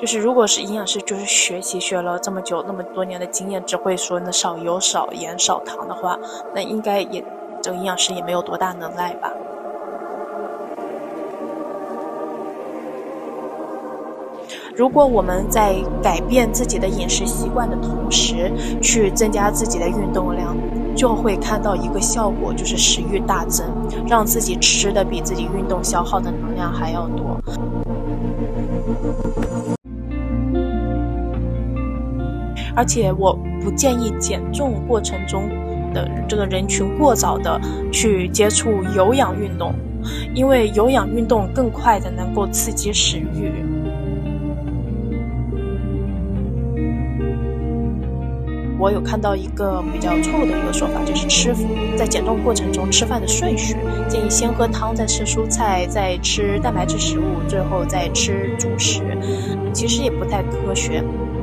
就是如果是营养师就是学了这么久那么多年的经验，只会说那少油少盐少糖的话，那应该也这个营养师也没有多大能耐吧。如果我们在改变自己的饮食习惯的同时去增加自己的运动量，就会看到一个效果，就是食欲大增，让自己吃的比自己运动消耗的能量还要多。而且我不建议减重过程中的这个人群过早的去接触有氧运动，因为有氧运动更快的能够刺激食欲。我有看到一个比较错误的一个说法，就是在减重过程中吃饭的顺序，建议先喝汤，再吃蔬菜，再吃蛋白质食物，最后再吃主食，其实也不太科学。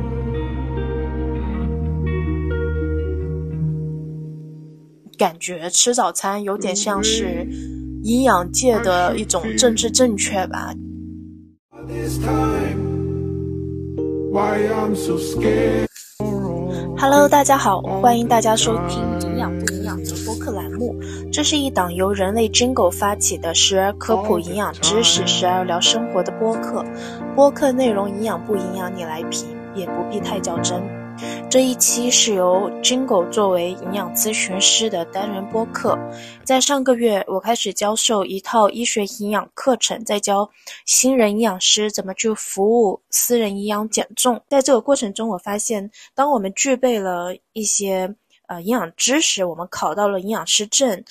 感觉吃早餐有点像是营养界的一种政治正确吧。Hello， 大家好，欢迎大家收听营养不营养的播客栏目。这是一档由人类 Jingle 发起的时而科普营养知识，时而聊生活的播客。播客内容营养不营养你来评，也不必太较真。这一期是由 Jingle 作为营养咨询师的单人播客。在上个月，我开始教授一套医学营养课程，在教新人营养师怎么去服务私人营养减重。在这个过程中，我发现当我们具备了一些营养知识，我们考到了营养师证，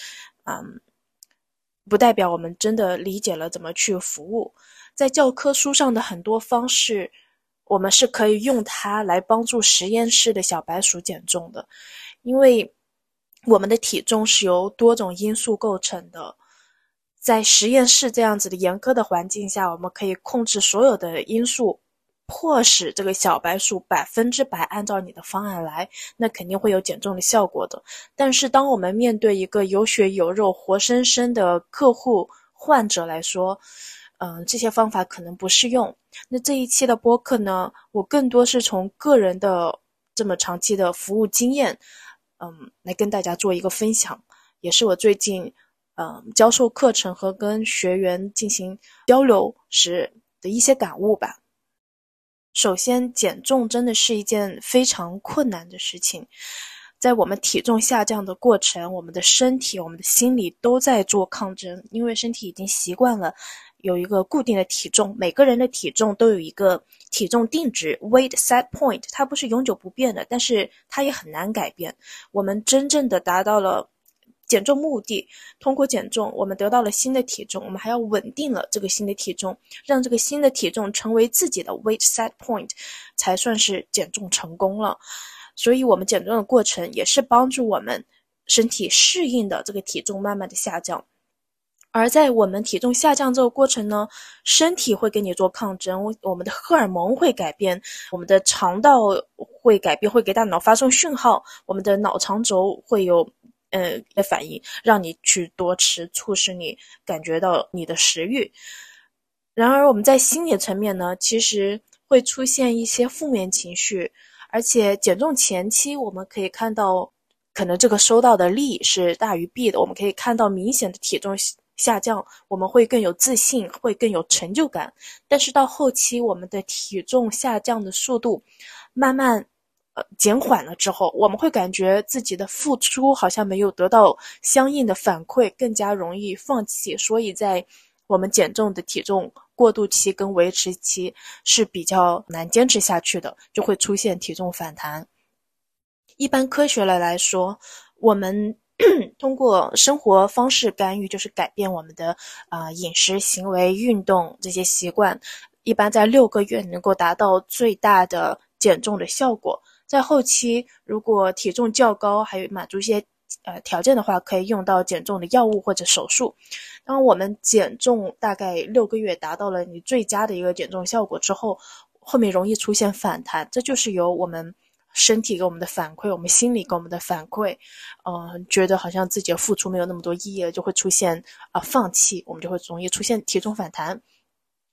不代表我们真的理解了怎么去服务。在教科书上的很多方式，我们是可以用它来帮助实验室的小白鼠减重的，因为我们的体重是由多种因素构成的。在实验室这样子的严苛的环境下，我们可以控制所有的因素，迫使这个小白鼠100%按照你的方案来，那肯定会有减重的效果的。但是当我们面对一个有血有肉活生生的客户患者来说，这些方法可能不适用。那这一期的播客呢，我更多是从个人的这么长期的服务经验，来跟大家做一个分享，也是我最近教授课程和跟学员进行交流时的一些感悟吧。首先，减重真的是一件非常困难的事情。在我们体重下降的过程，我们的身体、我们的心理都在做抗争，因为身体已经习惯了有一个固定的体重，每个人的体重都有一个体重定值 weight set point， 它不是永久不变的，但是它也很难改变。我们真正的达到了减重目的，通过减重我们得到了新的体重，我们还要稳定了这个新的体重，让这个新的体重成为自己的 weight set point， 才算是减重成功了。所以我们减重的过程也是帮助我们身体适应的这个体重慢慢的下降。而在我们体重下降这个过程呢，身体会跟你做抗争，我们的荷尔蒙会改变，我们的肠道会改变，会给大脑发送讯号，我们的脑肠轴会有反应，让你去多吃，促使你感觉到你的食欲。然而我们在心理层面呢，其实会出现一些负面情绪，而且减重前期我们可以看到可能这个收到的利是大于弊的，我们可以看到明显的体重下降，我们会更有自信，会更有成就感。但是到后期我们的体重下降的速度慢慢减缓了之后，我们会感觉自己的付出好像没有得到相应的反馈，更加容易放弃。所以在我们减重的体重过渡期跟维持期是比较难坚持下去的，就会出现体重反弹。一般科学来说，我们通过生活方式干预，就是改变我们的饮食行为、运动这些习惯，一般在6个月能够达到最大的减重的效果。在后期如果体重较高，还有满足一些条件的话，可以用到减重的药物或者手术。当我们减重大概6个月达到了你最佳的一个减重效果之后，后面容易出现反弹，这就是由我们身体给我们的反馈，我们心理给我们的反馈，觉得好像自己的付出没有那么多意义了，就会出现放弃，我们就会容易出现体重反弹。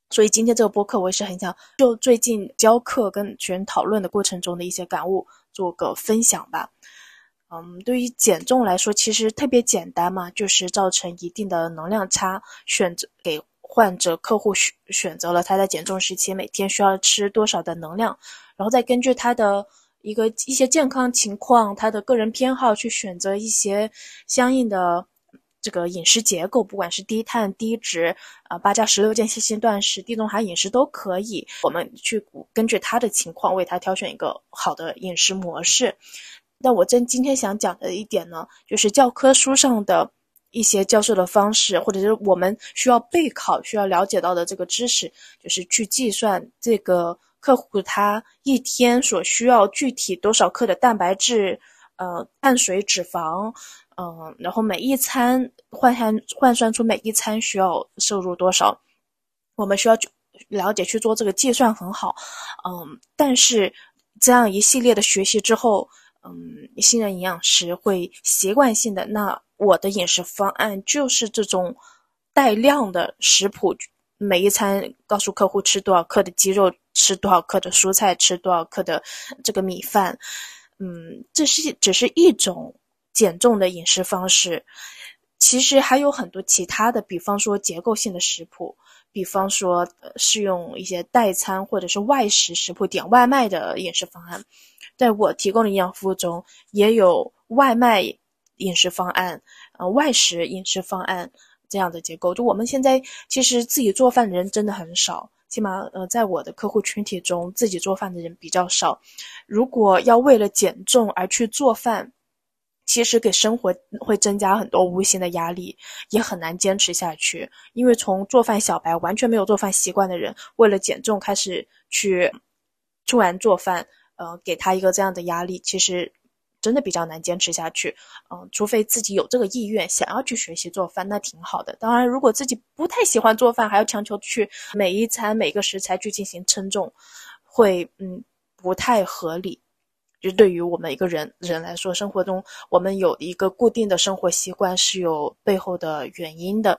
所以今天这个播客我也是很想就最近教课跟学员讨论的过程中的一些感悟做个分享吧。对于减重来说其实特别简单嘛，就是造成一定的能量差，选择给患者客户选择了他在减重时期每天需要吃多少的能量，然后再根据他的一些健康情况，他的个人偏好去选择一些相应的这个饮食结构，不管是低碳、低脂、8+16间歇性断食、地中海饮食都可以。我们去根据他的情况为他挑选一个好的饮食模式。但我今天想讲的一点呢，就是教科书上的一些教授的方式，或者是我们需要备考、需要了解到的这个知识，就是去计算这个客户他一天所需要具体多少克的蛋白质、碳水、脂肪，然后每一餐换算出每一餐需要摄入多少，我们需要了解去做这个计算很好。但是这样一系列的学习之后，新人营养师会习惯性的，那我的饮食方案就是这种带量的食谱，每一餐告诉客户吃多少克的鸡肉，吃多少克的蔬菜，吃多少克的这个米饭。这只是一种减重的饮食方式，其实还有很多其他的，比方说结构性的食谱，比方说是用一些代餐或者是外食食谱点外卖的饮食方案。在我提供的营养服务中也有外卖饮食方案、外食饮食方案这样的结构。就我们现在其实自己做饭的人真的很少，起码在我的客户群体中自己做饭的人比较少。如果要为了减重而去做饭，其实给生活会增加很多无形的压力，也很难坚持下去。因为从做饭小白完全没有做饭习惯的人，为了减重开始去突然做饭，给他一个这样的压力，其实真的比较难坚持下去。除非自己有这个意愿想要去学习做饭，那挺好的。当然如果自己不太喜欢做饭，还要强求去每一餐每个食材去进行称重，会不太合理。就对于我们一个人来说，生活中我们有一个固定的生活习惯是有背后的原因的。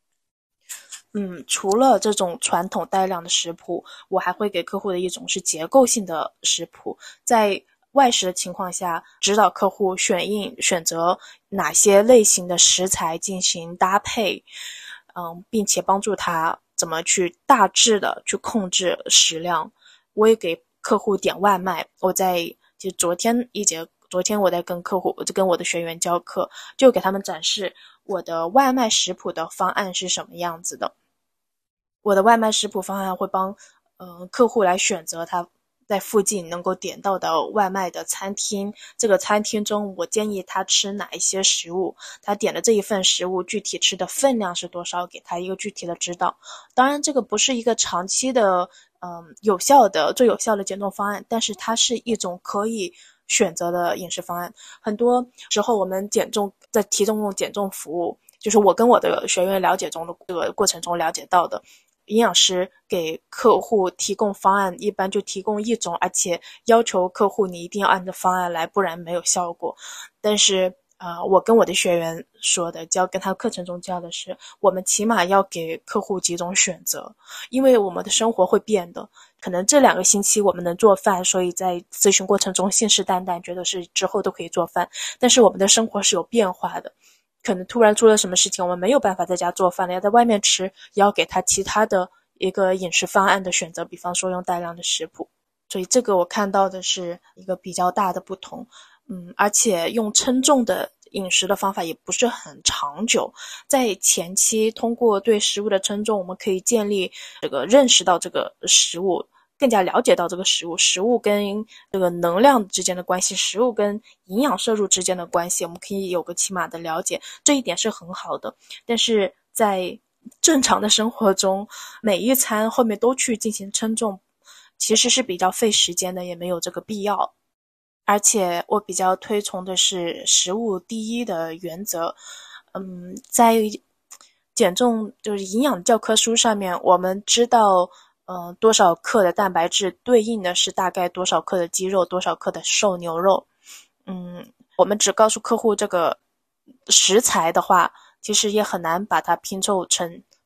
除了这种传统带量的食谱，我还会给客户的一种是结构性的食谱，在外食的情况下，指导客户选择哪些类型的食材进行搭配，并且帮助他怎么去大致的去控制食量。我也给客户点外卖，昨天我在跟我的学员教课，就给他们展示我的外卖食谱的方案是什么样子的。我的外卖食谱方案会帮客户来选择他在附近能够点到的外卖的餐厅，这个餐厅中我建议他吃哪一些食物，他点的这一份食物具体吃的分量是多少，给他一个具体的指导。当然这个不是一个长期的最有效的减重方案，但是它是一种可以选择的饮食方案。很多时候我们在提供减重服务，就是我跟我的学员了解中的这个过程中了解到的，营养师给客户提供方案一般就提供一种，而且要求客户你一定要按照方案来，不然没有效果。但是我跟我的学员说的，跟他课程中教的是，我们起码要给客户几种选择，因为我们的生活会变的。可能这2个星期我们能做饭，所以在咨询过程中信誓旦旦觉得是之后都可以做饭，但是我们的生活是有变化的，可能突然出了什么事情，我们没有办法在家做饭了，要在外面吃，也要给他其他的一个饮食方案的选择，比方说用带量的食谱。所以这个我看到的是一个比较大的不同。而且用称重的饮食的方法也不是很长久，在前期通过对食物的称重，我们可以建立认识到这个食物，更加了解到这个食物跟这个能量之间的关系，食物跟营养摄入之间的关系，我们可以有个起码的了解，这一点是很好的。但是在正常的生活中，每一餐后面都去进行称重，其实是比较费时间的，也没有这个必要。而且我比较推崇的是食物第一的原则。在减重就是营养教科书上面，我们知道多少克的蛋白质对应的是大概多少克的鸡肉，多少克的瘦牛肉。我们只告诉客户这个食材的话，其实也很难把它拼凑成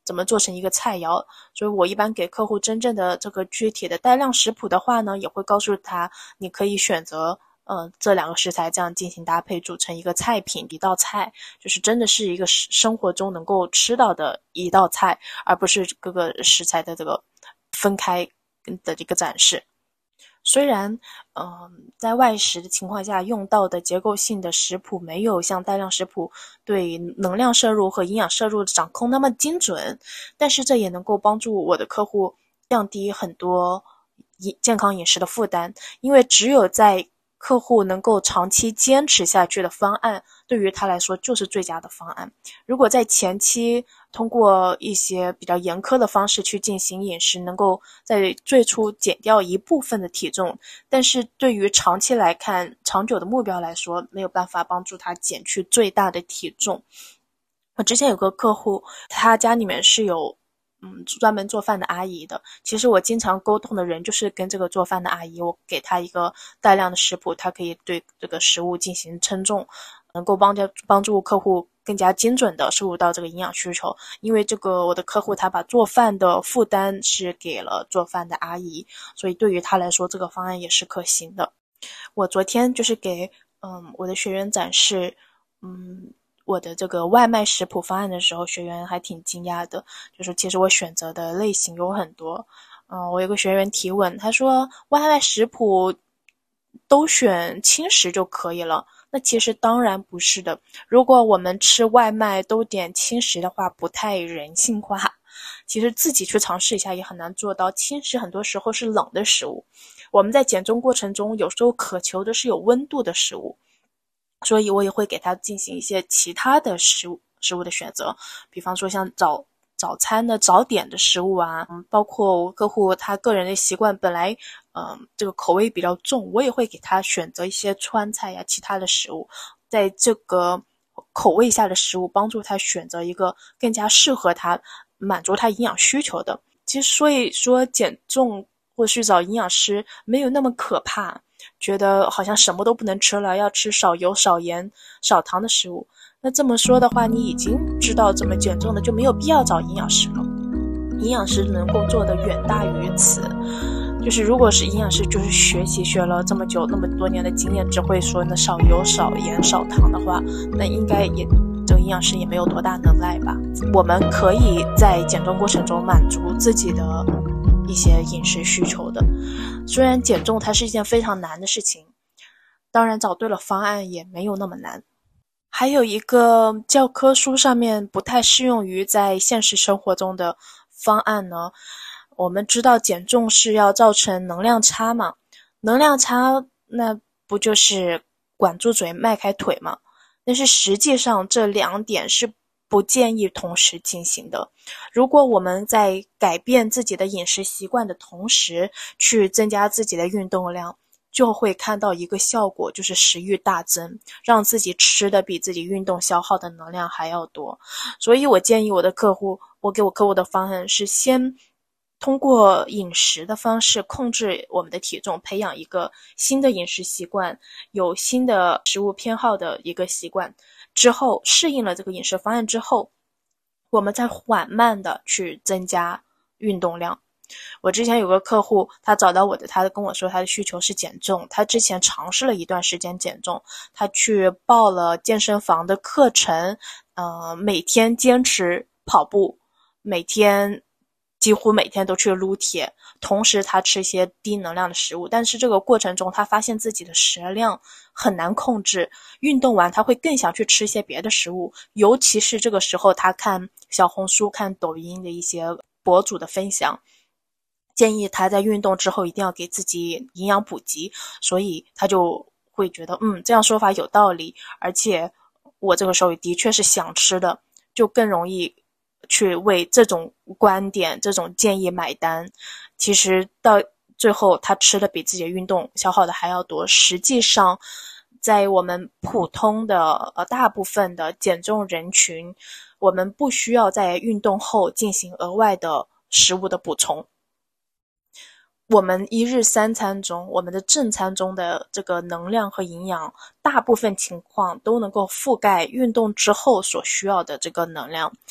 怎么做成一个菜肴。所以我一般给客户真正的这个具体的带量食谱的话呢，也会告诉他你可以选择这2个食材这样进行搭配，组成一个菜品，一道菜，就是真的是一个生活中能够吃到的一道菜，而不是各个食材的这个分开的一个展示。虽然在外食的情况下用到的结构性的食谱没有像带量食谱对能量摄入和营养摄入的掌控那么精准，但是这也能够帮助我的客户降低很多健康饮食的负担，因为只有在客户能够长期坚持下去的方案，对于他来说就是最佳的方案。如果在前期通过一些比较严苛的方式去进行饮食，能够在最初减掉一部分的体重，但是对于长期来看，长久的目标来说，没有办法帮助他减去最大的体重。我之前有个客户，他家里面是有专门做饭的阿姨的。其实我经常沟通的人就是跟这个做饭的阿姨，我给她一个带量的食谱，她可以对这个食物进行称重，能够帮助客户更加精准的摄入到这个营养需求。因为这个我的客户他把做饭的负担是给了做饭的阿姨，所以对于他来说这个方案也是可行的。我昨天就是给我的学员展示我的这个外卖食谱方案的时候，学员还挺惊讶的，就是其实我选择的类型有很多。我有个学员提问，他说外卖食谱都选轻食就可以了，那其实当然不是的。如果我们吃外卖都点轻食的话，不太人性化。其实自己去尝试一下也很难做到，轻食很多时候是冷的食物，我们在减重过程中有时候渴求的是有温度的食物，所以我也会给他进行一些其他的食物的选择，比方说像早餐的早点的食物啊，包括我客户他个人的习惯本来这个口味比较重，我也会给他选择一些川菜呀其他的食物，在这个口味下的食物帮助他选择一个更加适合他满足他营养需求的。其实所以说减重或去找营养师没有那么可怕，觉得好像什么都不能吃了，要吃少油少盐少糖的食物。那这么说的话，你已经知道怎么减重了，就没有必要找营养师了。营养师能够做的远大于此。就是如果是营养师就是学了这么久那么多年的经验，只会说那少油少盐少糖的话，那应该也这个营养师也没有多大能耐吧。我们可以在减重过程中满足自己的一些饮食需求的。虽然减重它是一件非常难的事情，当然找对了方案也没有那么难。还有一个教科书上面不太适用于在现实生活中的方案呢，我们知道减重是要造成能量差嘛，能量差那不就是管住嘴迈开腿吗？但是实际上这2点是不建议同时进行的。如果我们在改变自己的饮食习惯的同时去增加自己的运动量，就会看到一个效果，就是食欲大增，让自己吃的比自己运动消耗的能量还要多。所以我建议我给我客户的方案是先通过饮食的方式控制我们的体重，培养一个新的饮食习惯，有新的食物偏好的一个习惯之后，适应了这个饮食方案之后，我们再缓慢的去增加运动量。我之前有个客户，他找到我的，他跟我说他的需求是减重，他之前尝试了一段时间减重，他去报了健身房的课程，每天坚持跑步，几乎每天都去撸铁，同时他吃一些低能量的食物，但是这个过程中他发现自己的食量很难控制，运动完他会更想去吃一些别的食物，尤其是这个时候他看小红书看抖音的一些博主的分享，建议他在运动之后一定要给自己营养补给，所以他就会觉得这样说法有道理，而且我这个时候的确是想吃的，就更容易去为这种观点这种建议买单。其实到最后他吃的比自己的运动消耗的还要多。实际上在我们普通的大部分的减重人群，我们不需要在运动后进行额外的食物的补充。我们一日3餐中，我们的正餐中的这个能量和营养，大部分情况都能够覆盖运动之后所需要的这个能量。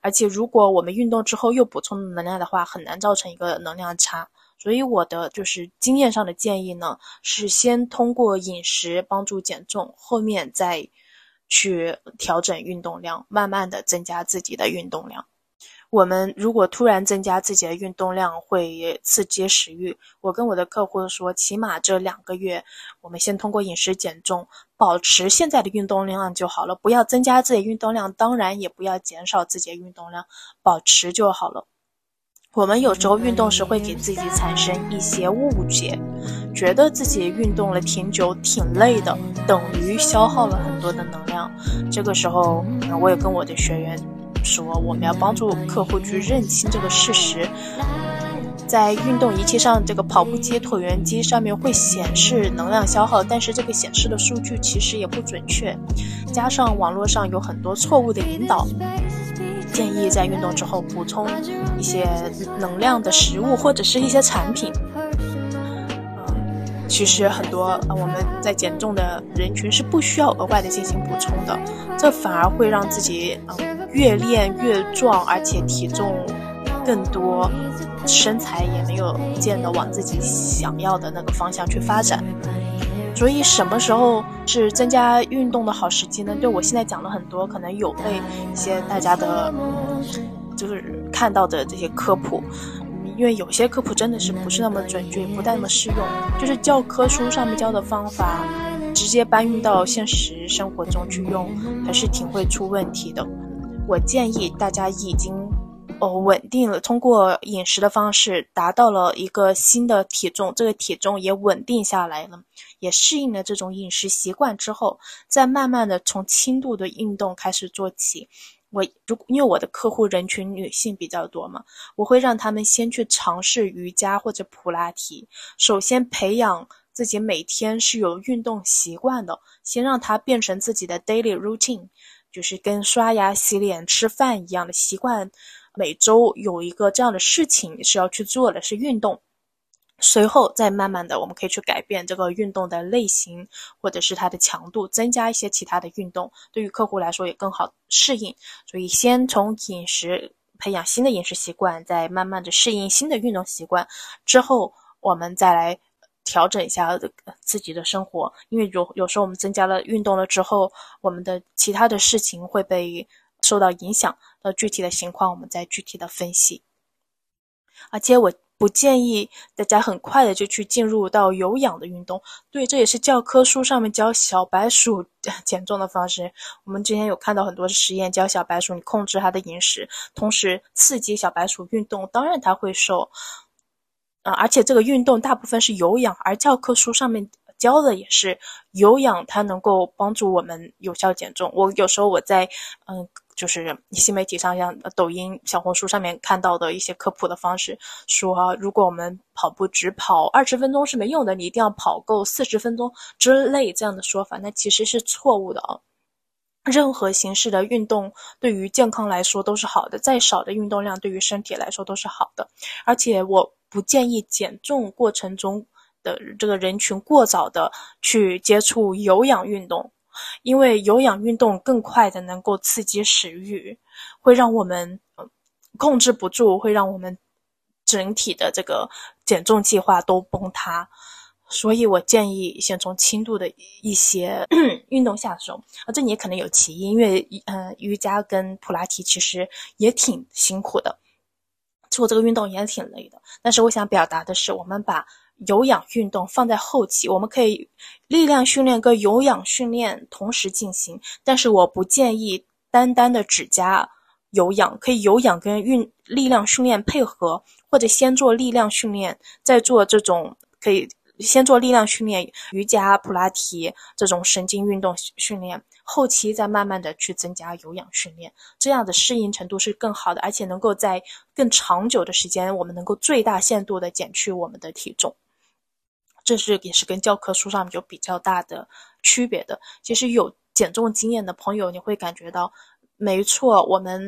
而且如果我们运动之后又补充能量的话，很难造成一个能量差。所以我的就是经验上的建议呢，是先通过饮食帮助减重，后面再去调整运动量，慢慢的增加自己的运动量。我们如果突然增加自己的运动量，会刺激食欲。我跟我的客户说，起码这2个月，我们先通过饮食减重，保持现在的运动量就好了，不要增加自己的运动量，当然也不要减少自己的运动量，保持就好了。我们有时候运动时会给自己产生一些误解，觉得自己运动了挺久挺累的，等于消耗了很多的能量。这个时候我也跟我的学员说，我们要帮助客户去认清这个事实。在运动仪器上，这个跑步机、椭圆机上面会显示能量消耗，但是这个显示的数据其实也不准确，加上网络上有很多错误的引导，建议在运动之后补充一些能量的食物或者是一些产品。其实很多我们在减重的人群是不需要额外的进行补充的，这反而会让自己越练越壮，而且体重更多，身材也没有见得往自己想要的那个方向去发展。所以什么时候是增加运动的好时机呢？对，我现在讲了很多，可能有被一些大家的就是看到的这些科普，因为有些科普真的是不是那么准确，不太那么适用，就是教科书上面教的方法直接搬运到现实生活中去用，还是挺会出问题的。我建议大家已经稳定了，通过饮食的方式达到了一个新的体重，这个体重也稳定下来了，也适应了这种饮食习惯之后，再慢慢的从轻度的运动开始做起。因为我的客户人群女性比较多嘛，我会让他们先去尝试瑜伽或者普拉提，首先培养自己每天是有运动习惯的，先让它变成自己的 daily routine， 就是跟刷牙、洗脸、吃饭一样的习惯，每周有一个这样的事情是要去做的，是运动。随后再慢慢的我们可以去改变这个运动的类型或者是它的强度，增加一些其他的运动，对于客户来说也更好适应。所以先从饮食培养新的饮食习惯，再慢慢的适应新的运动习惯，之后我们再来调整一下自己的生活。因为有时候我们增加了运动了之后，我们的其他的事情会被受到影响，具体的情况我们再具体的分析。而且我不建议大家很快的就去进入到有氧的运动，对，这也是教科书上面教小白鼠减重的方式。我们之前有看到很多实验教小白鼠你控制它的饮食，同时刺激小白鼠运动，当然它会瘦，而且这个运动大部分是有氧，而教科书上面教的也是有氧，它能够帮助我们有效减重。我有时候我在就是新媒体上，像抖音、小红书上面看到的一些科普的方式，说如果我们跑步只跑20分钟是没用的，你一定要跑够40分钟之类这样的说法，那其实是错误的啊。任何形式的运动对于健康来说都是好的，再少的运动量对于身体来说都是好的。而且我不建议减重过程中的这个人群过早的去接触有氧运动，因为有氧运动更快的能够刺激食欲，会让我们控制不住，会让我们整体的这个减重计划都崩塌。所以我建议先从轻度的一些运动下手，这里也可能有歧义，因为瑜伽跟普拉提其实也挺辛苦的，做这个运动也挺累的。但是我想表达的是，我们把有氧运动放在后期，我们可以力量训练跟有氧训练同时进行，但是我不建议单单的只加有氧，可以有氧跟力量训练配合，或者先做力量训练，再做这种可以先做力量训练，瑜伽、普拉提这种神经运动训练，后期再慢慢的去增加有氧训练，这样的适应程度是更好的，而且能够在更长久的时间，我们能够最大限度的减去我们的体重。这也是跟教科书上有比较大的区别的。其实有减重经验的朋友，你会感觉到，没错，我们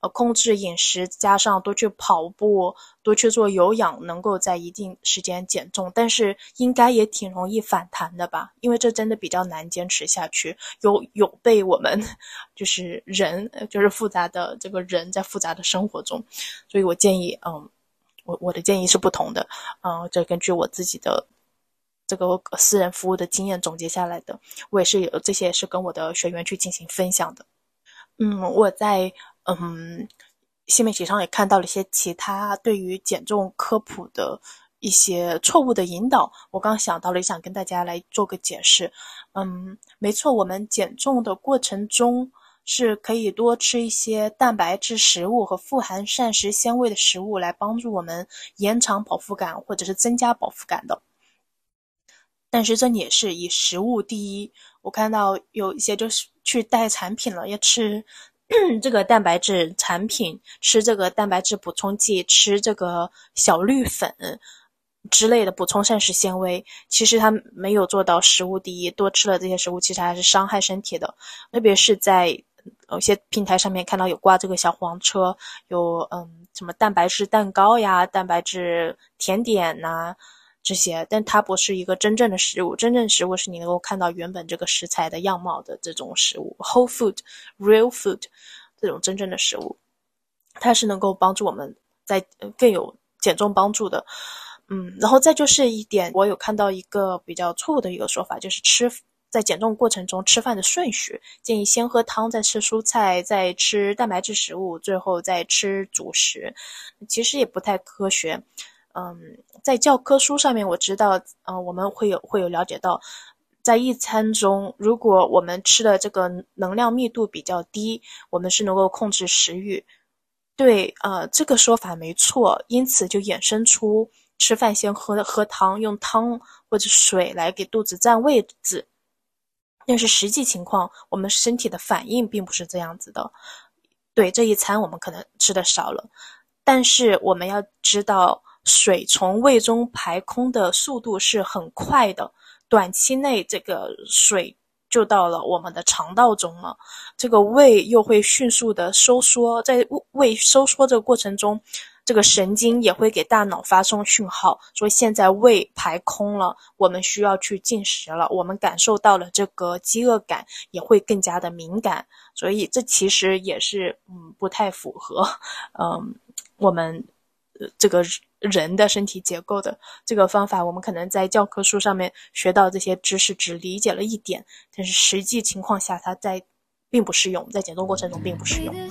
控制饮食，加上多去跑步，多去做有氧，能够在一定时间减重，但是应该也挺容易反弹的吧，因为这真的比较难坚持下去，有被我们就是人就是复杂的这个人在复杂的生活中，所以我建议我的建议是不同的，这根据我自己的这个私人服务的经验总结下来的，我也是有这些也是跟我的学员去进行分享的。我在新媒体上也看到了一些其他对于减重科普的一些错误的引导，我刚想到了，也想跟大家来做个解释。没错，我们减重的过程中是可以多吃一些蛋白质食物和富含膳食纤维的食物来帮助我们延长饱腹感或者是增加饱腹感的。但是这也是以食物第一，我看到有一些就是去带产品了，要吃这个蛋白质产品，吃这个蛋白质补充剂，吃这个小绿粉之类的补充膳食纤维，其实它没有做到食物第一，多吃了这些食物其实还是伤害身体的，特别是在有些平台上面看到有挂这个小黄车，有什么蛋白质蛋糕呀，蛋白质甜点呐，这些，但它不是一个真正的食物，真正的食物是你能够看到原本这个食材的样貌的这种食物 ，whole food, real food 这种真正的食物，它是能够帮助我们在更有减重帮助的。然后再就是一点，我有看到一个比较错误的一个说法，就是在减重过程中吃饭的顺序，建议先喝汤，再吃蔬菜，再吃蛋白质食物，最后再吃主食，其实也不太科学。在教科书上面我知道，我们会有了解到，在一餐中，如果我们吃的这个能量密度比较低，我们是能够控制食欲。对，这个说法没错，因此就衍生出吃饭先喝汤，用汤或者水来给肚子占位置。但是实际情况，我们身体的反应并不是这样子的。对，这一餐我们可能吃的少了，但是我们要知道，水从胃中排空的速度是很快的，短期内这个水就到了我们的肠道中了，这个胃又会迅速的收缩，在胃收缩这个过程中，这个神经也会给大脑发送讯号，说现在胃排空了，我们需要去进食了，我们感受到了这个饥饿感，也会更加的敏感，所以这其实也是不太符合我们这个人的身体结构的这个方法，我们可能在教科书上面学到这些知识只理解了一点，但是实际情况下它并不适用，在减重过程中并不适用。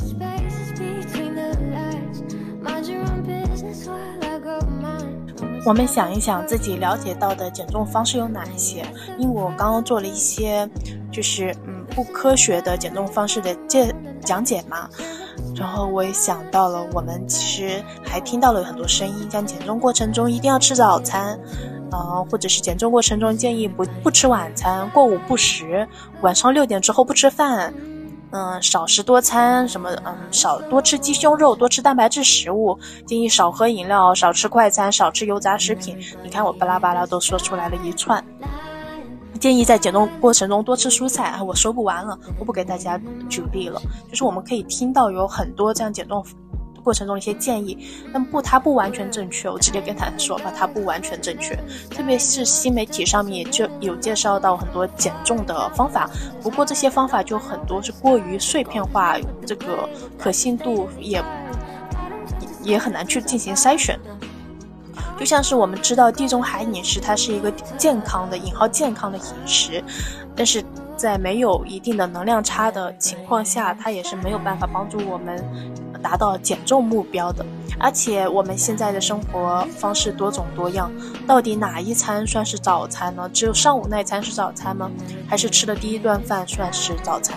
我们想一想自己了解到的减重方式有哪些，因为我刚刚做了一些就是不科学的减重方式的讲解嘛，然后我也想到了我们其实还听到了很多声音，像减重过程中一定要吃早餐，或者是减重过程中建议不吃晚餐，过午不食，晚上6点之后不吃饭，少食多餐，什么少多吃鸡胸肉，多吃蛋白质食物，建议少喝饮料，少吃快餐，少吃油炸食品。你看我巴拉巴拉都说出来了一串。建议在减重过程中多吃蔬菜，我说不完了，我不给大家举例了。就是我们可以听到有很多这样减重过程中的一些建议，但它不完全正确，我直接跟他说吧，它不完全正确。特别是新媒体上面也就有介绍到很多减重的方法，不过这些方法就很多是过于碎片化，这个可信度也很难去进行筛选。就像是我们知道地中海饮食它是一个健康的引号健康的饮食，但是在没有一定的能量差的情况下，它也是没有办法帮助我们达到减重目标的。而且我们现在的生活方式多种多样，到底哪一餐算是早餐呢？只有上午那一餐是早餐吗？还是吃的第一顿饭算是早餐？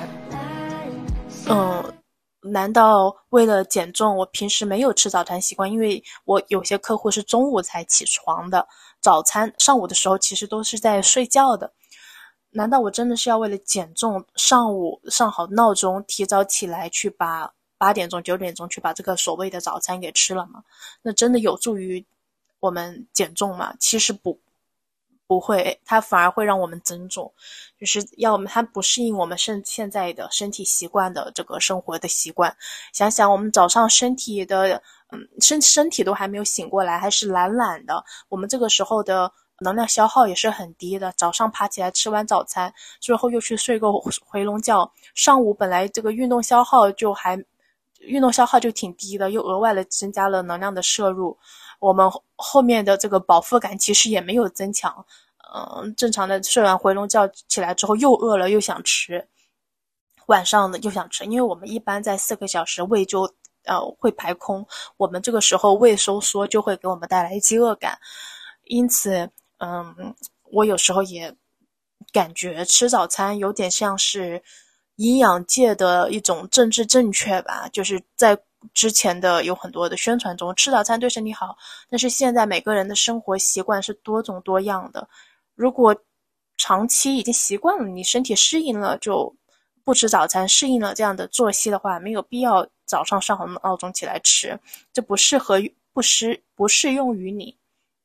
难道为了减重我平时没有吃早餐习惯？因为我有些客户是中午才起床的，早餐上午的时候其实都是在睡觉的。难道我真的是要为了减重上午上好闹钟，提早起来去把8点钟9点钟去把这个所谓的早餐给吃了吗？那真的有助于我们减重吗？其实不会，它反而会让我们增重，就是它不适应我们现在的身体习惯的这个生活的习惯。想想我们早上身体的身体都还没有醒过来，还是懒懒的，我们这个时候的能量消耗也是很低的。早上爬起来吃完早餐之后又去睡个回笼觉，上午本来这个运动消耗就挺低的，又额外的增加了能量的摄入，我们后面的这个饱腹感其实也没有增强。正常的睡完回笼觉起来之后又饿了又想吃，晚上的又想吃，因为我们一般在4个小时胃就会排空，我们这个时候胃收缩就会给我们带来饥饿感。因此我有时候也感觉吃早餐有点像是营养界的一种政治正确吧，就是在之前的有很多的宣传中吃早餐对身体好，但是现在每个人的生活习惯是多种多样的，如果长期已经习惯了，你身体适应了就不吃早餐，适应了这样的作息的话，没有必要早上上好闹钟起来吃，这不适用于你。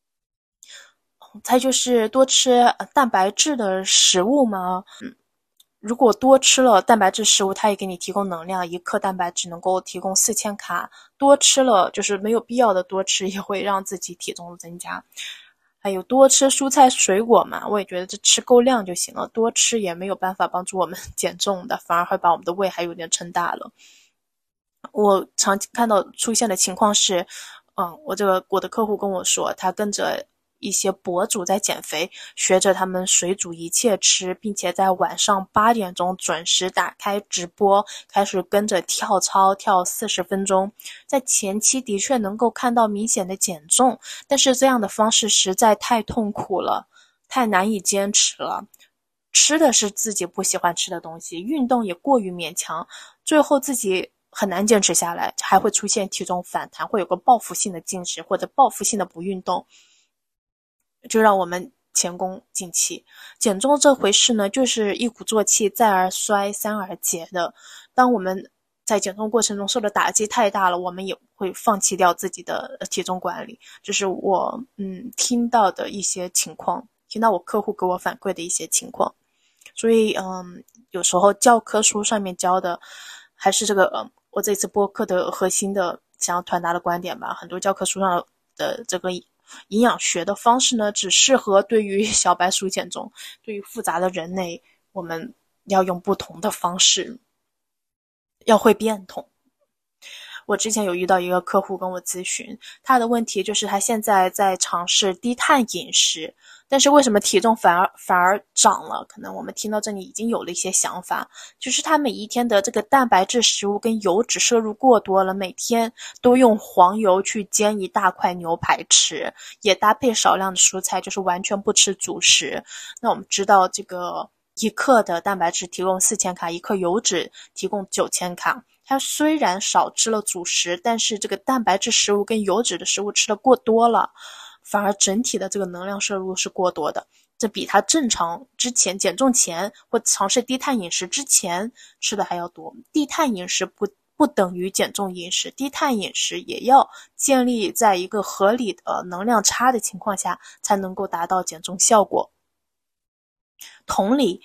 再就是多吃蛋白质的食物嘛，如果多吃了蛋白质食物，它也给你提供能量，1克蛋白质能够提供4000卡，多吃了就是没有必要的多吃，也会让自己体重增加。还有多吃蔬菜水果嘛，我也觉得这吃够量就行了，多吃也没有办法帮助我们减重的，反而会把我们的胃还有点撑大了。我常看到出现的情况是，我的客户跟我说，他跟着一些博主在减肥，学着他们水煮一切吃，并且在晚上8点钟准时打开直播，开始跟着跳操，跳40分钟。在前期的确能够看到明显的减重，但是这样的方式实在太痛苦了，太难以坚持了。吃的是自己不喜欢吃的东西，运动也过于勉强，最后自己很难坚持下来，还会出现体重反弹，会有个报复性的进食或者报复性的不运动，就让我们前功尽弃。减重这回事呢，就是一鼓作气，再而衰，三而竭的。当我们在减重过程中受的打击太大了，我们也会放弃掉自己的体重管理。这是我听到的一些情况，听到我客户给我反馈的一些情况。所以有时候教科书上面教的还是这个我这次播客的核心的想要传达的观点吧。很多教科书上的这个营养学的方式呢，只适合对于小白鼠减重，对于复杂的人类，我们要用不同的方式，要会变通。我之前有遇到一个客户跟我咨询，他的问题就是他现在在尝试低碳饮食，但是为什么体重反而涨了？可能我们听到这里已经有了一些想法，就是他每一天的这个蛋白质食物跟油脂摄入过多了，每天都用黄油去煎一大块牛排吃，也搭配少量的蔬菜，就是完全不吃主食。那我们知道这个1克的蛋白质提供4000卡，1克油脂提供9000卡。它虽然少吃了主食，但是这个蛋白质食物跟油脂的食物吃的过多了，反而整体的这个能量摄入是过多的。这比他正常之前减重前或尝试低碳饮食之前吃的还要多。低碳饮食不等于减重饮食，低碳饮食也要建立在一个合理的能量差的情况下，才能够达到减重效果。同理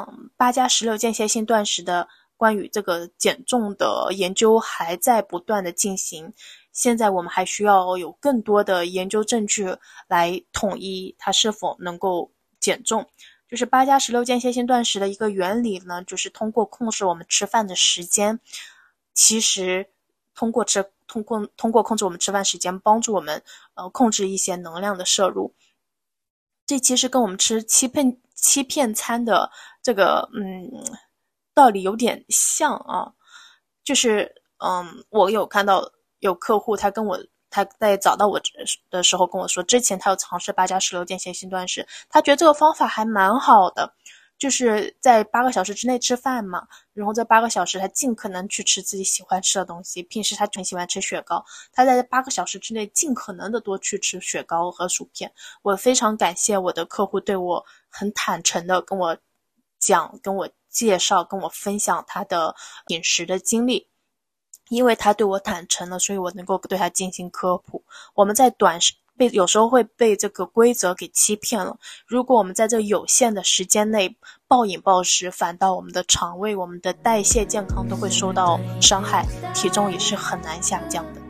，8+16间歇性断食的关于这个减重的研究还在不断的进行，现在我们还需要有更多的研究证据来统一它是否能够减重。就是8+16间歇性断食的一个原理呢，就是通过控制我们吃饭的时间，其实通过控制我们吃饭时间，帮助我们控制一些能量的摄入。这其实跟我们吃欺骗餐的这个道理有点像啊，就是我有看到有客户他在找到我的时候跟我说，之前他有尝试8+16间歇性断食，他觉得这个方法还蛮好的，就是在8个小时之内吃饭嘛，然后在8个小时他尽可能去吃自己喜欢吃的东西，平时他很喜欢吃雪糕，他在8个小时之内尽可能的多去吃雪糕和薯片。我非常感谢我的客户对我很坦诚的跟我讲，跟我介绍，跟我分享他的饮食的经历。因为他对我坦诚了，所以我能够对他进行科普。我们在短有时候会被这个规则给欺骗了。如果我们在这有限的时间内暴饮暴食，反倒我们的肠胃、我们的代谢健康都会受到伤害，体重也是很难下降的。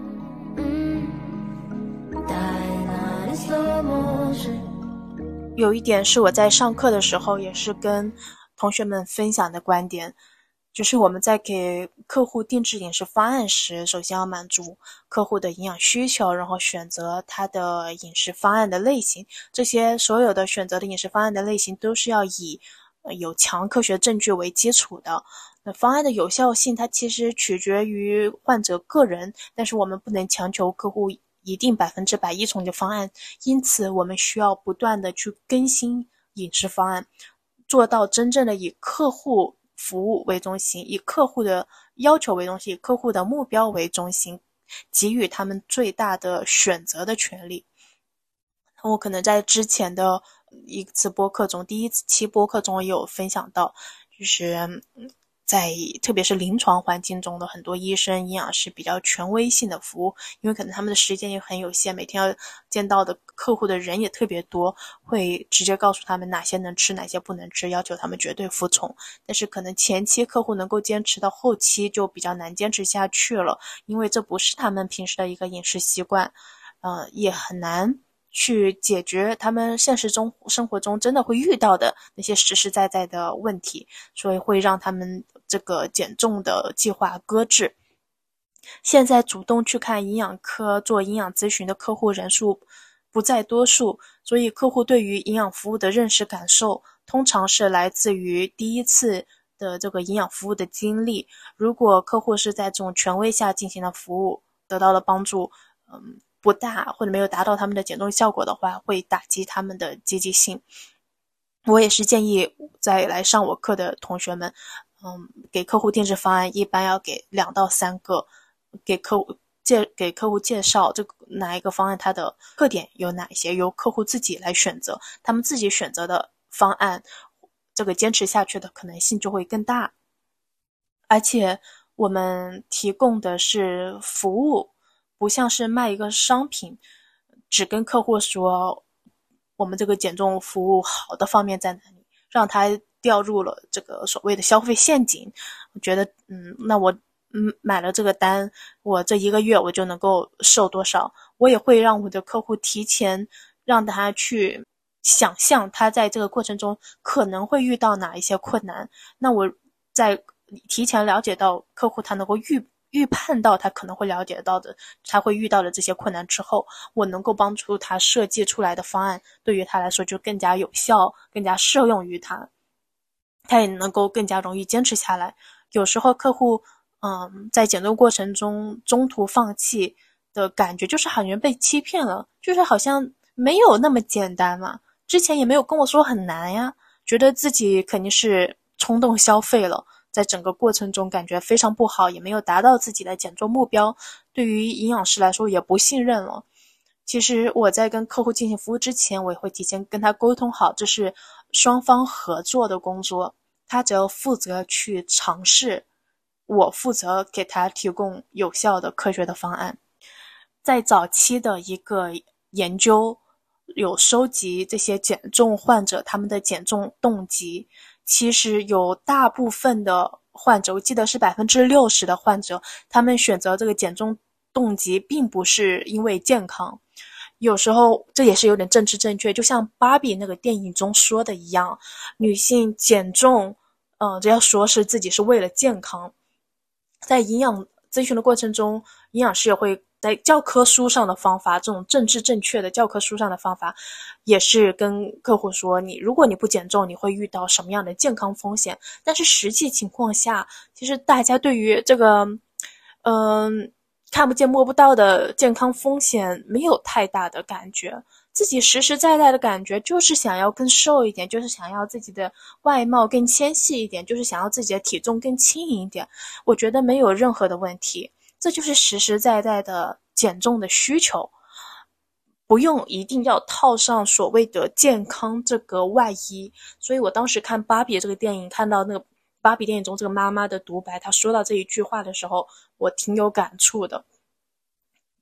有一点是我在上课的时候也是跟同学们分享的观点，就是我们在给客户定制饮食方案时，首先要满足客户的营养需求，然后选择他的饮食方案的类型。这些所有的选择的饮食方案的类型都是要以有强科学证据为基础的。那方案的有效性它其实取决于患者个人，但是我们不能强求客户一定100%依从的方案，因此我们需要不断的去更新饮食方案，做到真正的以客户服务为中心，以客户的要求为中心，以客户的目标为中心，给予他们最大的选择的权利。我可能在之前的一次播客中，第一期播客中也有分享到，就是在特别是临床环境中的很多医生、营养师比较权威性的服务，因为可能他们的时间也很有限，每天要见到的客户的人也特别多，会直接告诉他们哪些能吃，哪些不能吃，要求他们绝对服从。但是可能前期客户能够坚持到后期就比较难坚持下去了，因为这不是他们平时的一个饮食习惯，也很难去解决他们现实中生活中真的会遇到的那些实实在在的问题，所以会让他们这个减重的计划搁置。现在主动去看营养科做营养咨询的客户人数不在多数，所以客户对于营养服务的认识感受通常是来自于第一次的这个营养服务的经历。如果客户是在这种权威下进行的服务得到了帮助，不大或者没有达到他们的减重效果的话，会打击他们的积极性。我也是建议在来上我课的同学们，给客户定制方案一般要给2到3个，给客户介绍这个哪一个方案它的特点有哪些，由客户自己来选择，他们自己选择的方案，这个坚持下去的可能性就会更大。而且我们提供的是服务，不像是卖一个商品，只跟客户说我们这个减重服务好的方面在哪里，让他掉入了这个所谓的消费陷阱。我觉得那我买了这个单，我这1个月我就能够瘦多少。我也会让我的客户提前让他去想象他在这个过程中可能会遇到哪一些困难，那我在提前了解到客户他能够预判到他可能会了解到的他会遇到的这些困难之后，我能够帮助他设计出来的方案对于他来说就更加有效，更加适用于他，他也能够更加容易坚持下来。有时候客户在减重过程中中途放弃的感觉就是好像被欺骗了，就是好像没有那么简单嘛，之前也没有跟我说很难呀，觉得自己肯定是冲动消费了，在整个过程中感觉非常不好，也没有达到自己的减重目标，对于营养师来说也不信任了。其实我在跟客户进行服务之前，我也会提前跟他沟通好，这是双方合作的工作，他只要负责去尝试，我负责给他提供有效的科学的方案。在早期的一个研究有收集这些减重患者他们的减重动机，其实有大部分的患者，我记得是60%的患者，他们选择这个减重动机并不是因为健康。有时候这也是有点政治正确，就像芭比那个电影中说的一样，女性减重只要说是自己是为了健康。在营养咨询的过程中，营养师也会在教科书上的方法，这种政治正确的教科书上的方法，也是跟客户说，如果你不减重，你会遇到什么样的健康风险。但是实际情况下，其实大家对于这个看不见摸不到的健康风险没有太大的感觉，自己实实在在的感觉就是想要更瘦一点，就是想要自己的外貌更纤细一点，就是想要自己的体重更轻盈一点，我觉得没有任何的问题，这就是实实在在的减重的需求，不用一定要套上所谓的健康这个外衣。所以我当时看芭比这个电影，看到那个芭比电影中这个妈妈的独白，她说到这一句话的时候，我挺有感触的。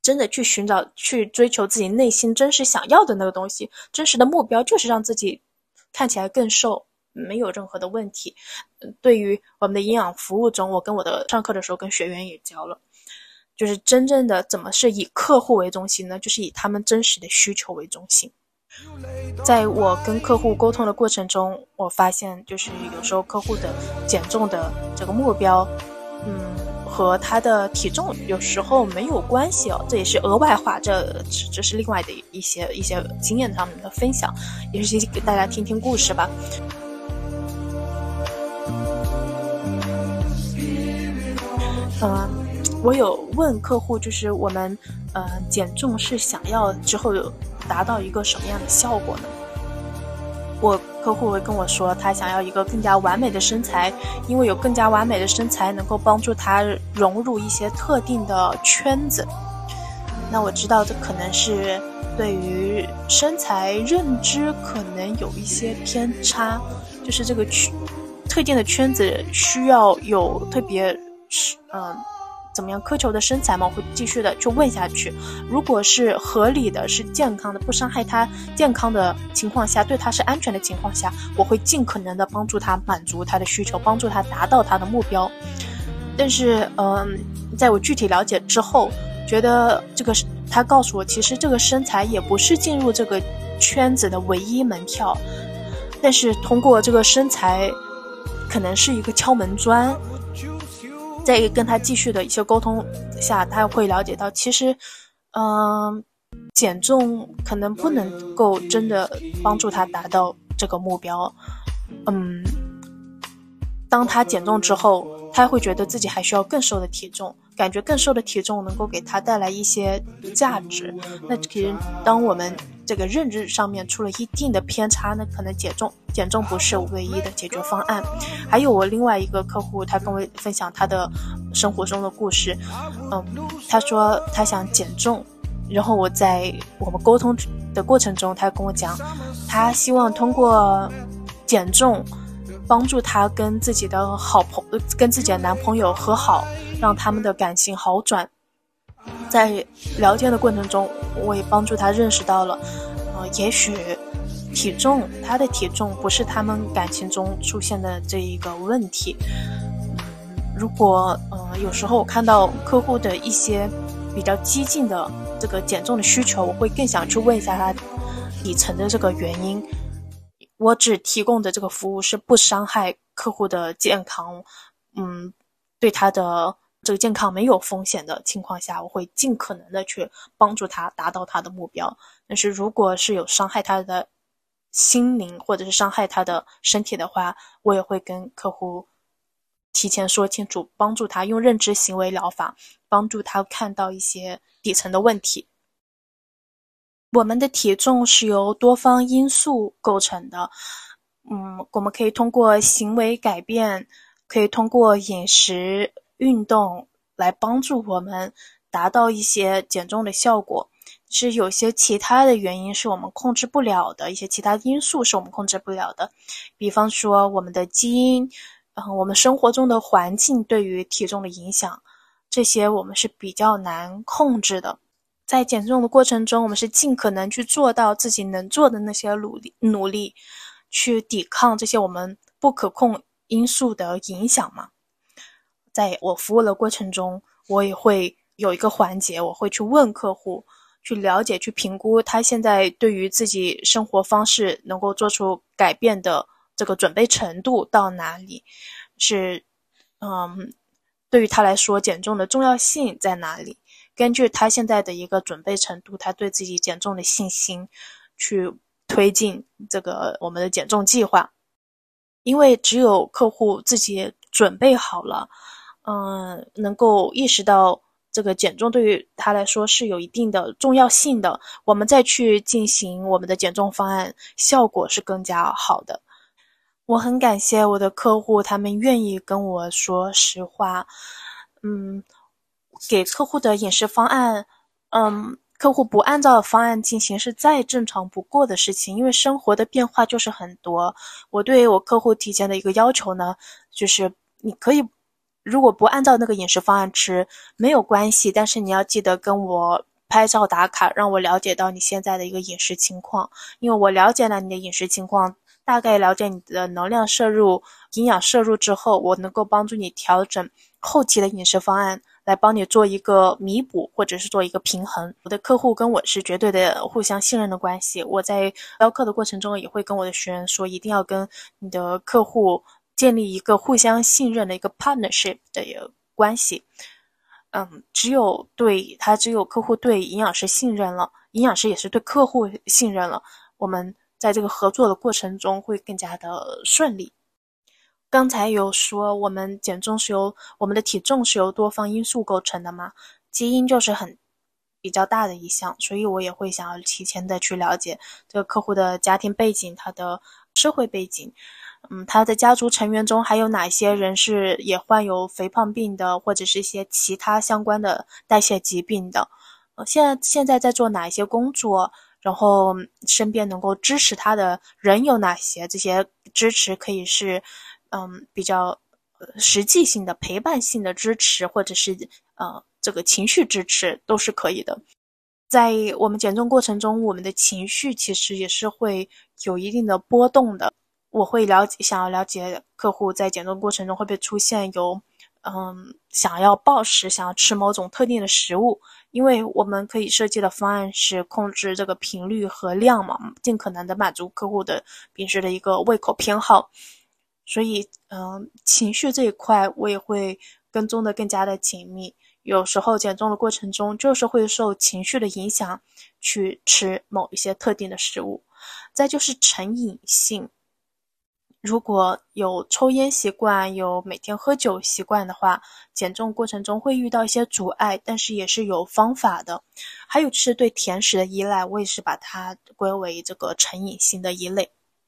真的去寻找、去追求自己内心真实想要的那个东西，真实的目标就是让自己看起来更瘦，没有任何的问题。对于我们的营养服务中，我跟我的上课的时候跟学员也教了，就是真正的怎么是以客户为中心呢？就是以他们真实的需求为中心。在我跟客户沟通的过程中，我发现就是有时候客户的减重的这个目标，和他的体重有时候没有关系哦，这也是额外话，这是另外的一些经验上面的分享，也是给大家听听故事吧。我有问客户，就是我们减重是想要之后达到一个什么样的效果呢？我客户会跟我说，他想要一个更加完美的身材，因为有更加完美的身材能够帮助他融入一些特定的圈子。那我知道这可能是对于身材认知可能有一些偏差，就是这个特定的圈子需要有特别怎么样苛求的身材嘛，我会继续的去问下去。如果是合理的，是健康的，不伤害他健康的情况下，对他是安全的情况下，我会尽可能的帮助他满足他的需求，帮助他达到他的目标。但是在我具体了解之后，觉得这个他告诉我，其实这个身材也不是进入这个圈子的唯一门票，但是通过这个身材可能是一个敲门砖。在跟他继续的一些沟通下，他会了解到，其实减重可能不能够真的帮助他达到这个目标。当他减重之后，他会觉得自己还需要更瘦的体重，感觉更瘦的体重能够给他带来一些价值。那其实当我们这个认知上面出了一定的偏差，那可能减重不是唯一的解决方案。还有我另外一个客户，他跟我分享他的生活中的故事。他说他想减重，然后我在我们沟通的过程中，他跟我讲，他希望通过减重帮助他跟自己的男朋友和好，让他们的感情好转。在聊天的过程中，我也帮助他认识到了，也许他的体重不是他们感情中出现的这一个问题。如果有时候我看到客户的一些比较激进的这个减重的需求，我会更想去问一下他底层的这个原因。我只提供的这个服务是不伤害客户的健康，对他的这个健康没有风险的情况下，我会尽可能的去帮助他达到他的目标。但是如果是有伤害他的心灵或者是伤害他的身体的话，我也会跟客户提前说清楚，帮助他用认知行为疗法帮助他看到一些底层的问题。我们的体重是由多方因素构成的，我们可以通过行为改变，可以通过饮食、运动来帮助我们达到一些减重的效果。是有些其他的原因是我们控制不了的，一些其他因素是我们控制不了的，比方说我们的基因，我们生活中的环境对于体重的影响，这些我们是比较难控制的。在减重的过程中，我们是尽可能去做到自己能做的那些努力，去抵抗这些我们不可控因素的影响嘛。在我服务的过程中，我也会有一个环节，我会去问客户，去了解、去评估他现在对于自己生活方式能够做出改变的这个准备程度到哪里，是对于他来说减重的重要性在哪里。根据他现在的一个准备程度，他对自己减重的信心，去推进这个我们的减重计划。因为只有客户自己准备好了，能够意识到这个减重对于他来说是有一定的重要性的，我们再去进行我们的减重方案，效果是更加好的。我很感谢我的客户，他们愿意跟我说实话。给客户的饮食方案，客户不按照方案进行是再正常不过的事情，因为生活的变化就是很多。我对我客户提前的一个要求呢，就是你可以如果不按照那个饮食方案吃没有关系，但是你要记得跟我拍照打卡，让我了解到你现在的一个饮食情况。因为我了解了你的饮食情况，大概了解你的能量摄入、营养摄入之后，我能够帮助你调整后期的饮食方案，来帮你做一个弥补，或者是做一个平衡。我的客户跟我是绝对的互相信任的关系，我在教课的过程中也会跟我的学员说，一定要跟你的客户建立一个互相信任的一个 partnership 的一个关系。只有客户对营养师信任了，营养师也是对客户信任了，我们在这个合作的过程中会更加的顺利。刚才有说我们的体重是由多方因素构成的嘛，基因就是比较大的一项，所以我也会想要提前的去了解这个客户的家庭背景，他的社会背景，他的家族成员中还有哪些人是也患有肥胖病的，或者是一些其他相关的代谢疾病的，现在在做哪一些工作，然后身边能够支持他的人有哪些，这些支持可以是比较实际性的陪伴性的支持，或者是这个情绪支持都是可以的。在我们减重过程中，我们的情绪其实也是会有一定的波动的。我会想要了解客户在减重过程中会不会出现有想要暴食，想要吃某种特定的食物，因为我们可以设计的方案是控制这个频率和量嘛，尽可能的满足客户的平时的一个胃口偏好。所以情绪这一块我也会跟踪的更加的紧密，有时候减重的过程中就是会受情绪的影响去吃某一些特定的食物。再就是成瘾性，如果有抽烟习惯，有每天喝酒习惯的话，减重过程中会遇到一些阻碍，但是也是有方法的。还有就是对甜食的依赖，我也是把它归为这个成瘾性的一类。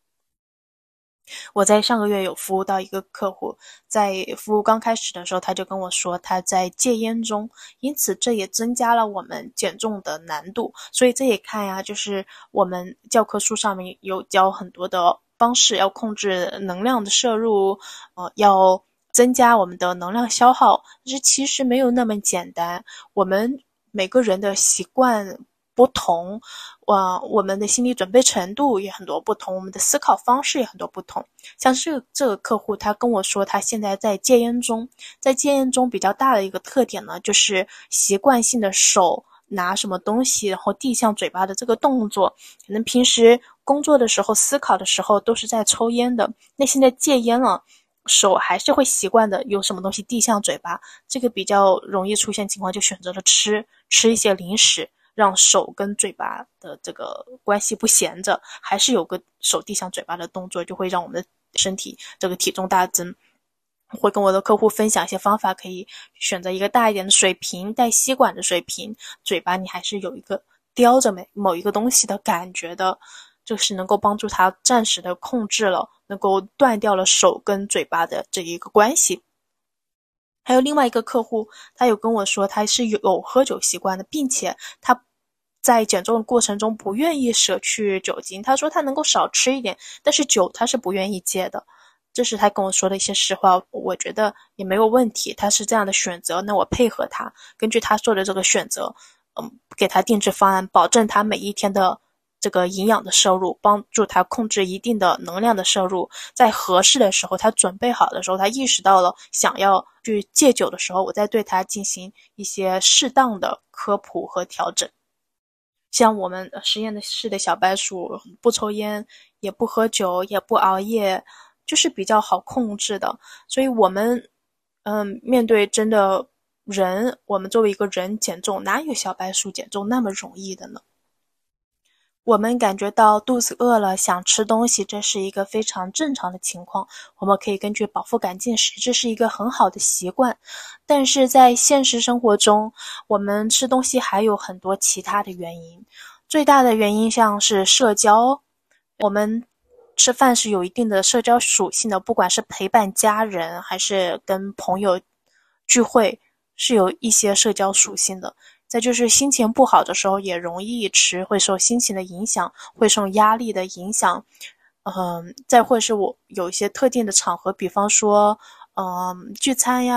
我在上个月有服务到一个客户，在服务刚开始的时候，他就跟我说他在戒烟中，因此这也增加了我们减重的难度。所以这也看呀，就是我们教科书上面有教很多的方式，要控制能量的摄入，要增加我们的能量消耗，但是其实没有那么简单。我们每个人的习惯不同，我们的心理准备程度也很多不同，我们的思考方式也很多不同。像这个客户，他跟我说他现在在戒烟中，在戒烟中比较大的一个特点呢，就是习惯性的手拿什么东西然后递向嘴巴的这个动作，可能平时工作的时候思考的时候都是在抽烟的，那现在戒烟了，手还是会习惯的有什么东西递向嘴巴，这个比较容易出现情况，就选择了吃一些零食，让手跟嘴巴的这个关系不闲着，还是有个手递向嘴巴的动作，就会让我们的身体这个体重大增。会跟我的客户分享一些方法，可以选择一个大一点的水瓶，带吸管的水瓶，嘴巴你还是有一个叼着某一个东西的感觉的，就是能够帮助他暂时的控制了，能够断掉了手跟嘴巴的这一个关系。还有另外一个客户，他有跟我说他是有喝酒习惯的，并且他在减重的过程中不愿意舍去酒精，他说他能够少吃一点，但是酒他是不愿意戒的。这是他跟我说的一些实话，我觉得也没有问题，他是这样的选择，那我配合他，根据他做的这个选择，给他定制方案，保证他每一天的这个营养的摄入，帮助他控制一定的能量的摄入，在合适的时候，他准备好的时候，他意识到了想要去戒酒的时候，我再对他进行一些适当的科普和调整。像我们实验室的小白鼠不抽烟，也不喝酒，也不熬夜，就是比较好控制的。所以我们面对真的人，我们作为一个人减重，哪有小白鼠减重那么容易的呢？我们感觉到肚子饿了，想吃东西，这是一个非常正常的情况。我们可以根据饱腹感进食，这是一个很好的习惯。但是在现实生活中，我们吃东西还有很多其他的原因。最大的原因像是社交，我们吃饭是有一定的社交属性的，不管是陪伴家人还是跟朋友聚会，是有一些社交属性的。再就是心情不好的时候也容易吃，会受心情的影响，会受压力的影响。再或是我有一些特定的场合，比方说聚餐呀，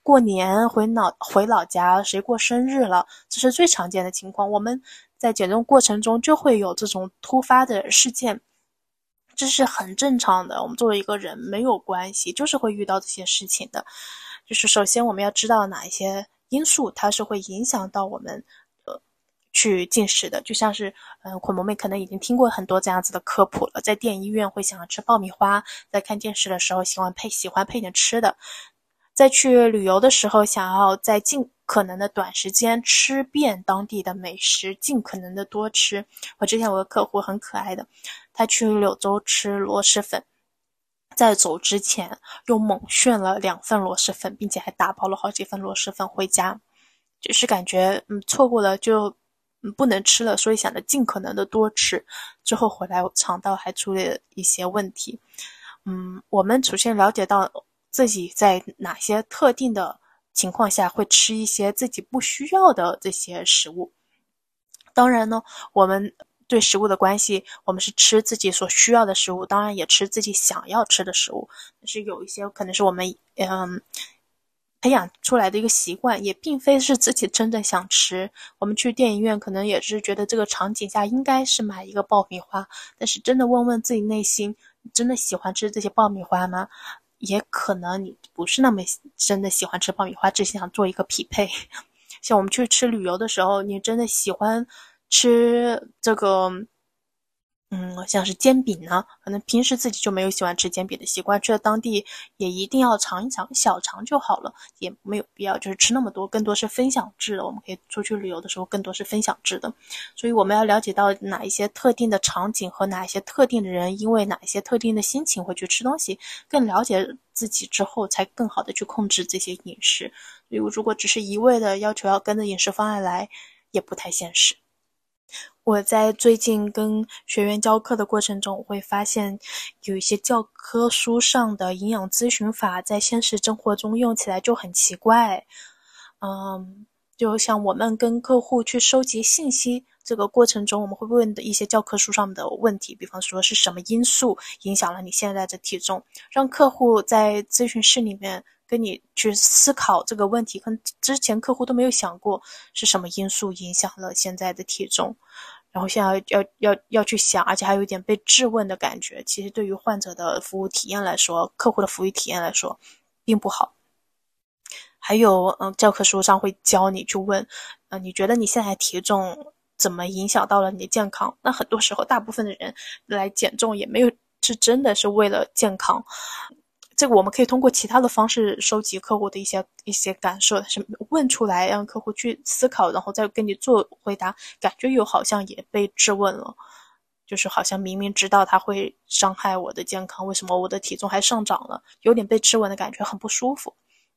过年回老家，谁过生日了，这是最常见的情况。我们在减重过程中就会有这种突发的事件，这是很正常的，我们作为一个人没有关系，就是会遇到这些事情的。就是首先我们要知道哪一些因素它是会影响到我们去进食的，就像是孔萌妹可能已经听过很多这样子的科普了，在电影院会想要吃爆米花，在看电视的时候喜欢配点吃的，在去旅游的时候想要在尽可能的短时间吃遍当地的美食，尽可能的多吃。我之前有个客户很可爱的，他去柳州吃螺蛳粉，在走之前又猛炫了2份螺蛳粉，并且还打包了好几份螺蛳粉回家，就是感觉错过了就不能吃了，所以想着尽可能的多吃，之后回来肠道还出了一些问题。我们首先了解到自己在哪些特定的情况下会吃一些自己不需要的这些食物。当然呢，我们对食物的关系，我们是吃自己所需要的食物，当然也吃自己想要吃的食物。但是有一些可能是我们培养出来的一个习惯，也并非是自己真的想吃。我们去电影院可能也是觉得这个场景下应该是买一个爆米花，但是真的问问自己内心，你真的喜欢吃这些爆米花吗？也可能你不是那么真的喜欢吃爆米花，只想做一个匹配。像我们去吃旅游的时候，你真的喜欢吃这个像是煎饼呢，可能平时自己就没有喜欢吃煎饼的习惯，去了当地也一定要尝一尝，小尝就好了，也没有必要就是吃那么多，更多是分享制的。我们可以出去旅游的时候更多是分享制的，所以我们要了解到哪一些特定的场景和哪一些特定的人因为哪一些特定的心情会去吃东西，更了解自己之后才更好的去控制这些饮食。所以如果只是一味的要求要跟着饮食方案来，也不太现实。我在最近跟学员教课的过程中，我会发现有一些教科书上的营养咨询法在现实生活中用起来就很奇怪。就像我们跟客户去收集信息这个过程中，我们会问的一些教科书上的问题，比方说是什么因素影响了你现在的体重，让客户在咨询室里面跟你去思考这个问题，可能之前客户都没有想过是什么因素影响了现在的体重，然后现在要去想，而且还有一点被质问的感觉，其实对于患者的服务体验来说，客户的服务体验来说并不好。还有教科书上会教你去问你觉得你现在体重怎么影响到了你的健康。那很多时候大部分的人来减重也没有是真的是为了健康，这个我们可以通过其他的方式收集客户的一些感受，但是问出来让客户去思考，然后再跟你做回答，感觉又好像也被质问了，就是好像明明知道它会伤害我的健康，为什么我的体重还上涨了，有点被质问的感觉，很不舒服。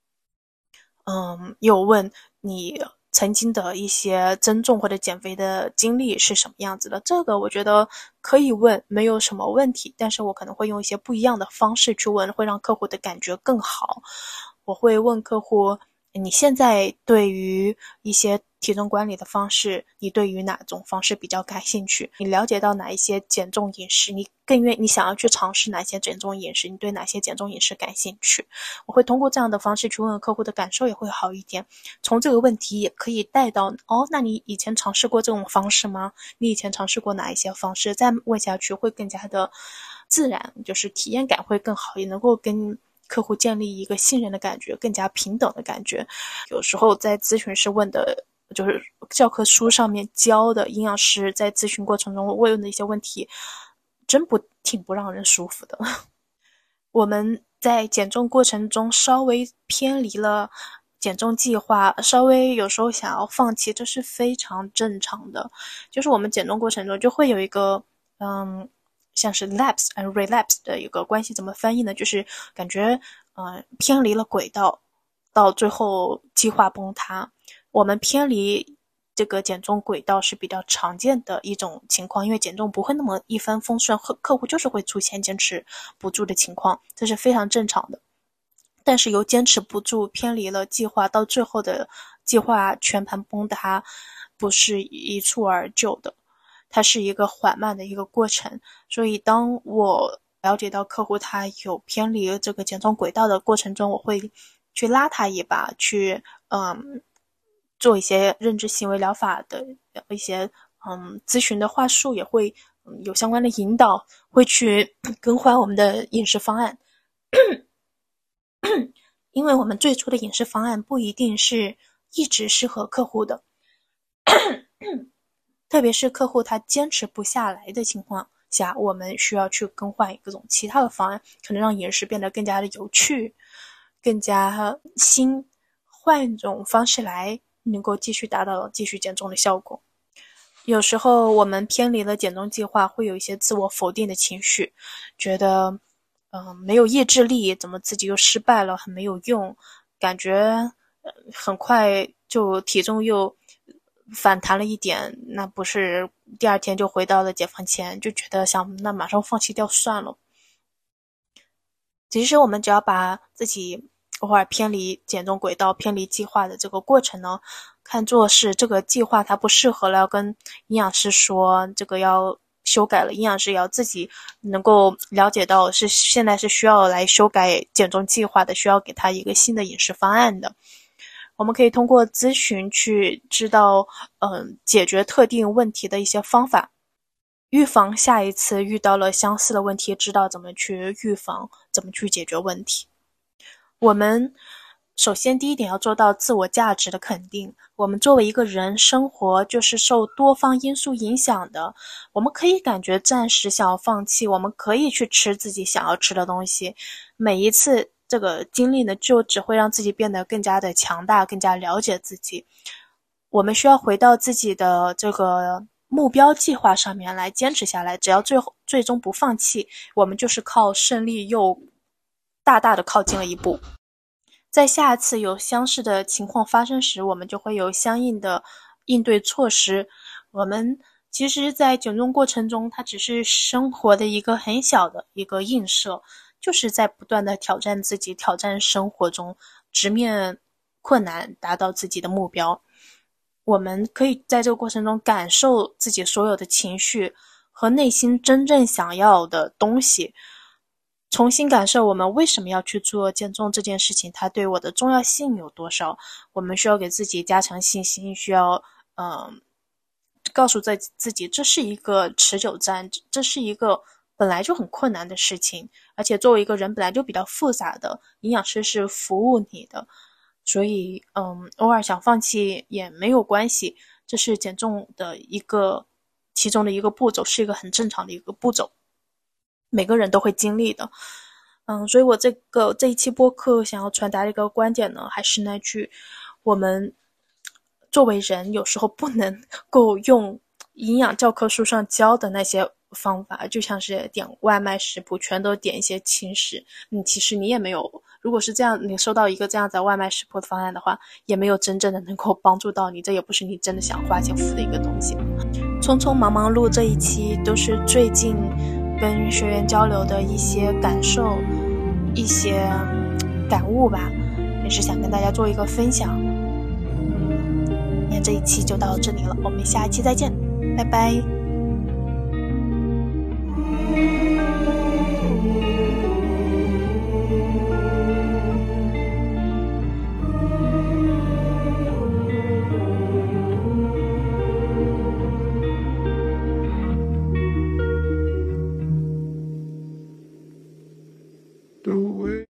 又问你曾经的一些增重或者减肥的经历是什么样子的，这个我觉得可以问，没有什么问题，但是我可能会用一些不一样的方式去问，会让客户的感觉更好。我会问客户，你现在对于一些体重管理的方式，你对于哪种方式比较感兴趣？你了解到哪一些减重饮食，你想要去尝试哪些减重饮食，你对哪些减重饮食感兴趣？我会通过这样的方式去问问客户的感受也会好一点。从这个问题也可以带到那你以前尝试过这种方式吗？你以前尝试过哪一些方式？再问下去会更加的自然，就是体验感会更好，也能够跟客户建立一个信任的感觉，更加平等的感觉。有时候在咨询师问的就是教科书上面教的营养师在咨询过程中问的一些问题，真挺不让人舒服的。我们在减重过程中稍微偏离了减重计划，稍微有时候想要放弃，这是非常正常的。就是我们减重过程中就会有一个像是 lapse and relapse 的一个关系，怎么翻译呢？就是感觉偏离了轨道，到最后计划崩塌。我们偏离这个减重轨道是比较常见的一种情况，因为减重不会那么一帆风顺，客户就是会出现坚持不住的情况，这是非常正常的。但是由坚持不住偏离了计划，到最后的计划全盘崩塌，不是一蹴而就的，它是一个缓慢的一个过程。所以当我了解到客户他有偏离这个减重轨道的过程中，我会去拉他一把，去做一些认知行为疗法的一些咨询的话术，也会有相关的引导，会去更换我们的饮食方案。因为我们最初的饮食方案不一定是一直适合客户的，特别是客户他坚持不下来的情况下，我们需要去更换各种其他的方案，可能让饮食变得更加的有趣，更加新，换一种方式来能够继续达到继续减重的效果。有时候我们偏离了减重计划，会有一些自我否定的情绪，觉得没有意志力，怎么自己又失败了，很没有用，感觉很快就体重又反弹了一点，那不是第二天就回到了解放前，就觉得想那马上放弃掉算了。其实我们只要把自己偶尔偏离减重轨道、偏离计划的这个过程呢，看作是这个计划它不适合了，要跟营养师说这个要修改了，营养师也要自己能够了解到是现在是需要来修改减重计划的，需要给他一个新的饮食方案的。我们可以通过咨询去知道解决特定问题的一些方法，预防下一次遇到了相似的问题，知道怎么去预防，怎么去解决问题。我们首先第一点要做到自我价值的肯定。我们作为一个人，生活就是受多方因素影响的。我们可以感觉暂时想要放弃，我们可以去吃自己想要吃的东西。每一次这个经历呢，就只会让自己变得更加的强大，更加了解自己。我们需要回到自己的这个目标计划上面来坚持下来，只要最终不放弃，我们就是靠胜利又大大的靠近了一步。在下次有相似的情况发生时，我们就会有相应的应对措施。我们其实在减重过程中，它只是生活的一个很小的一个映射，就是在不断的挑战自己，挑战生活中，直面困难，达到自己的目标。我们可以在这个过程中感受自己所有的情绪和内心真正想要的东西，重新感受我们为什么要去做减重这件事情，它对我的重要性有多少。我们需要给自己加强信心，需要告诉自己这是一个持久战，这是一个本来就很困难的事情，而且作为一个人本来就比较复杂的，营养师是服务你的，所以偶尔想放弃也没有关系，这是减重的其中的一个步骤，是一个很正常的一个步骤，每个人都会经历的。所以我这一期播客想要传达的一个观点呢，还是那句，我们作为人有时候不能够用营养教科书上教的那些方法，就像是点外卖食谱全都点一些轻食，其实你也没有，如果是这样，你收到一个这样子的外卖食谱的方案的话，也没有真正的能够帮助到你，这也不是你真的想花钱付的一个东西。匆匆忙忙录这一期都是最近跟学员交流的一些感受，一些感悟吧，也是想跟大家做一个分享。那这一期就到这里了，我们下一期再见，拜拜。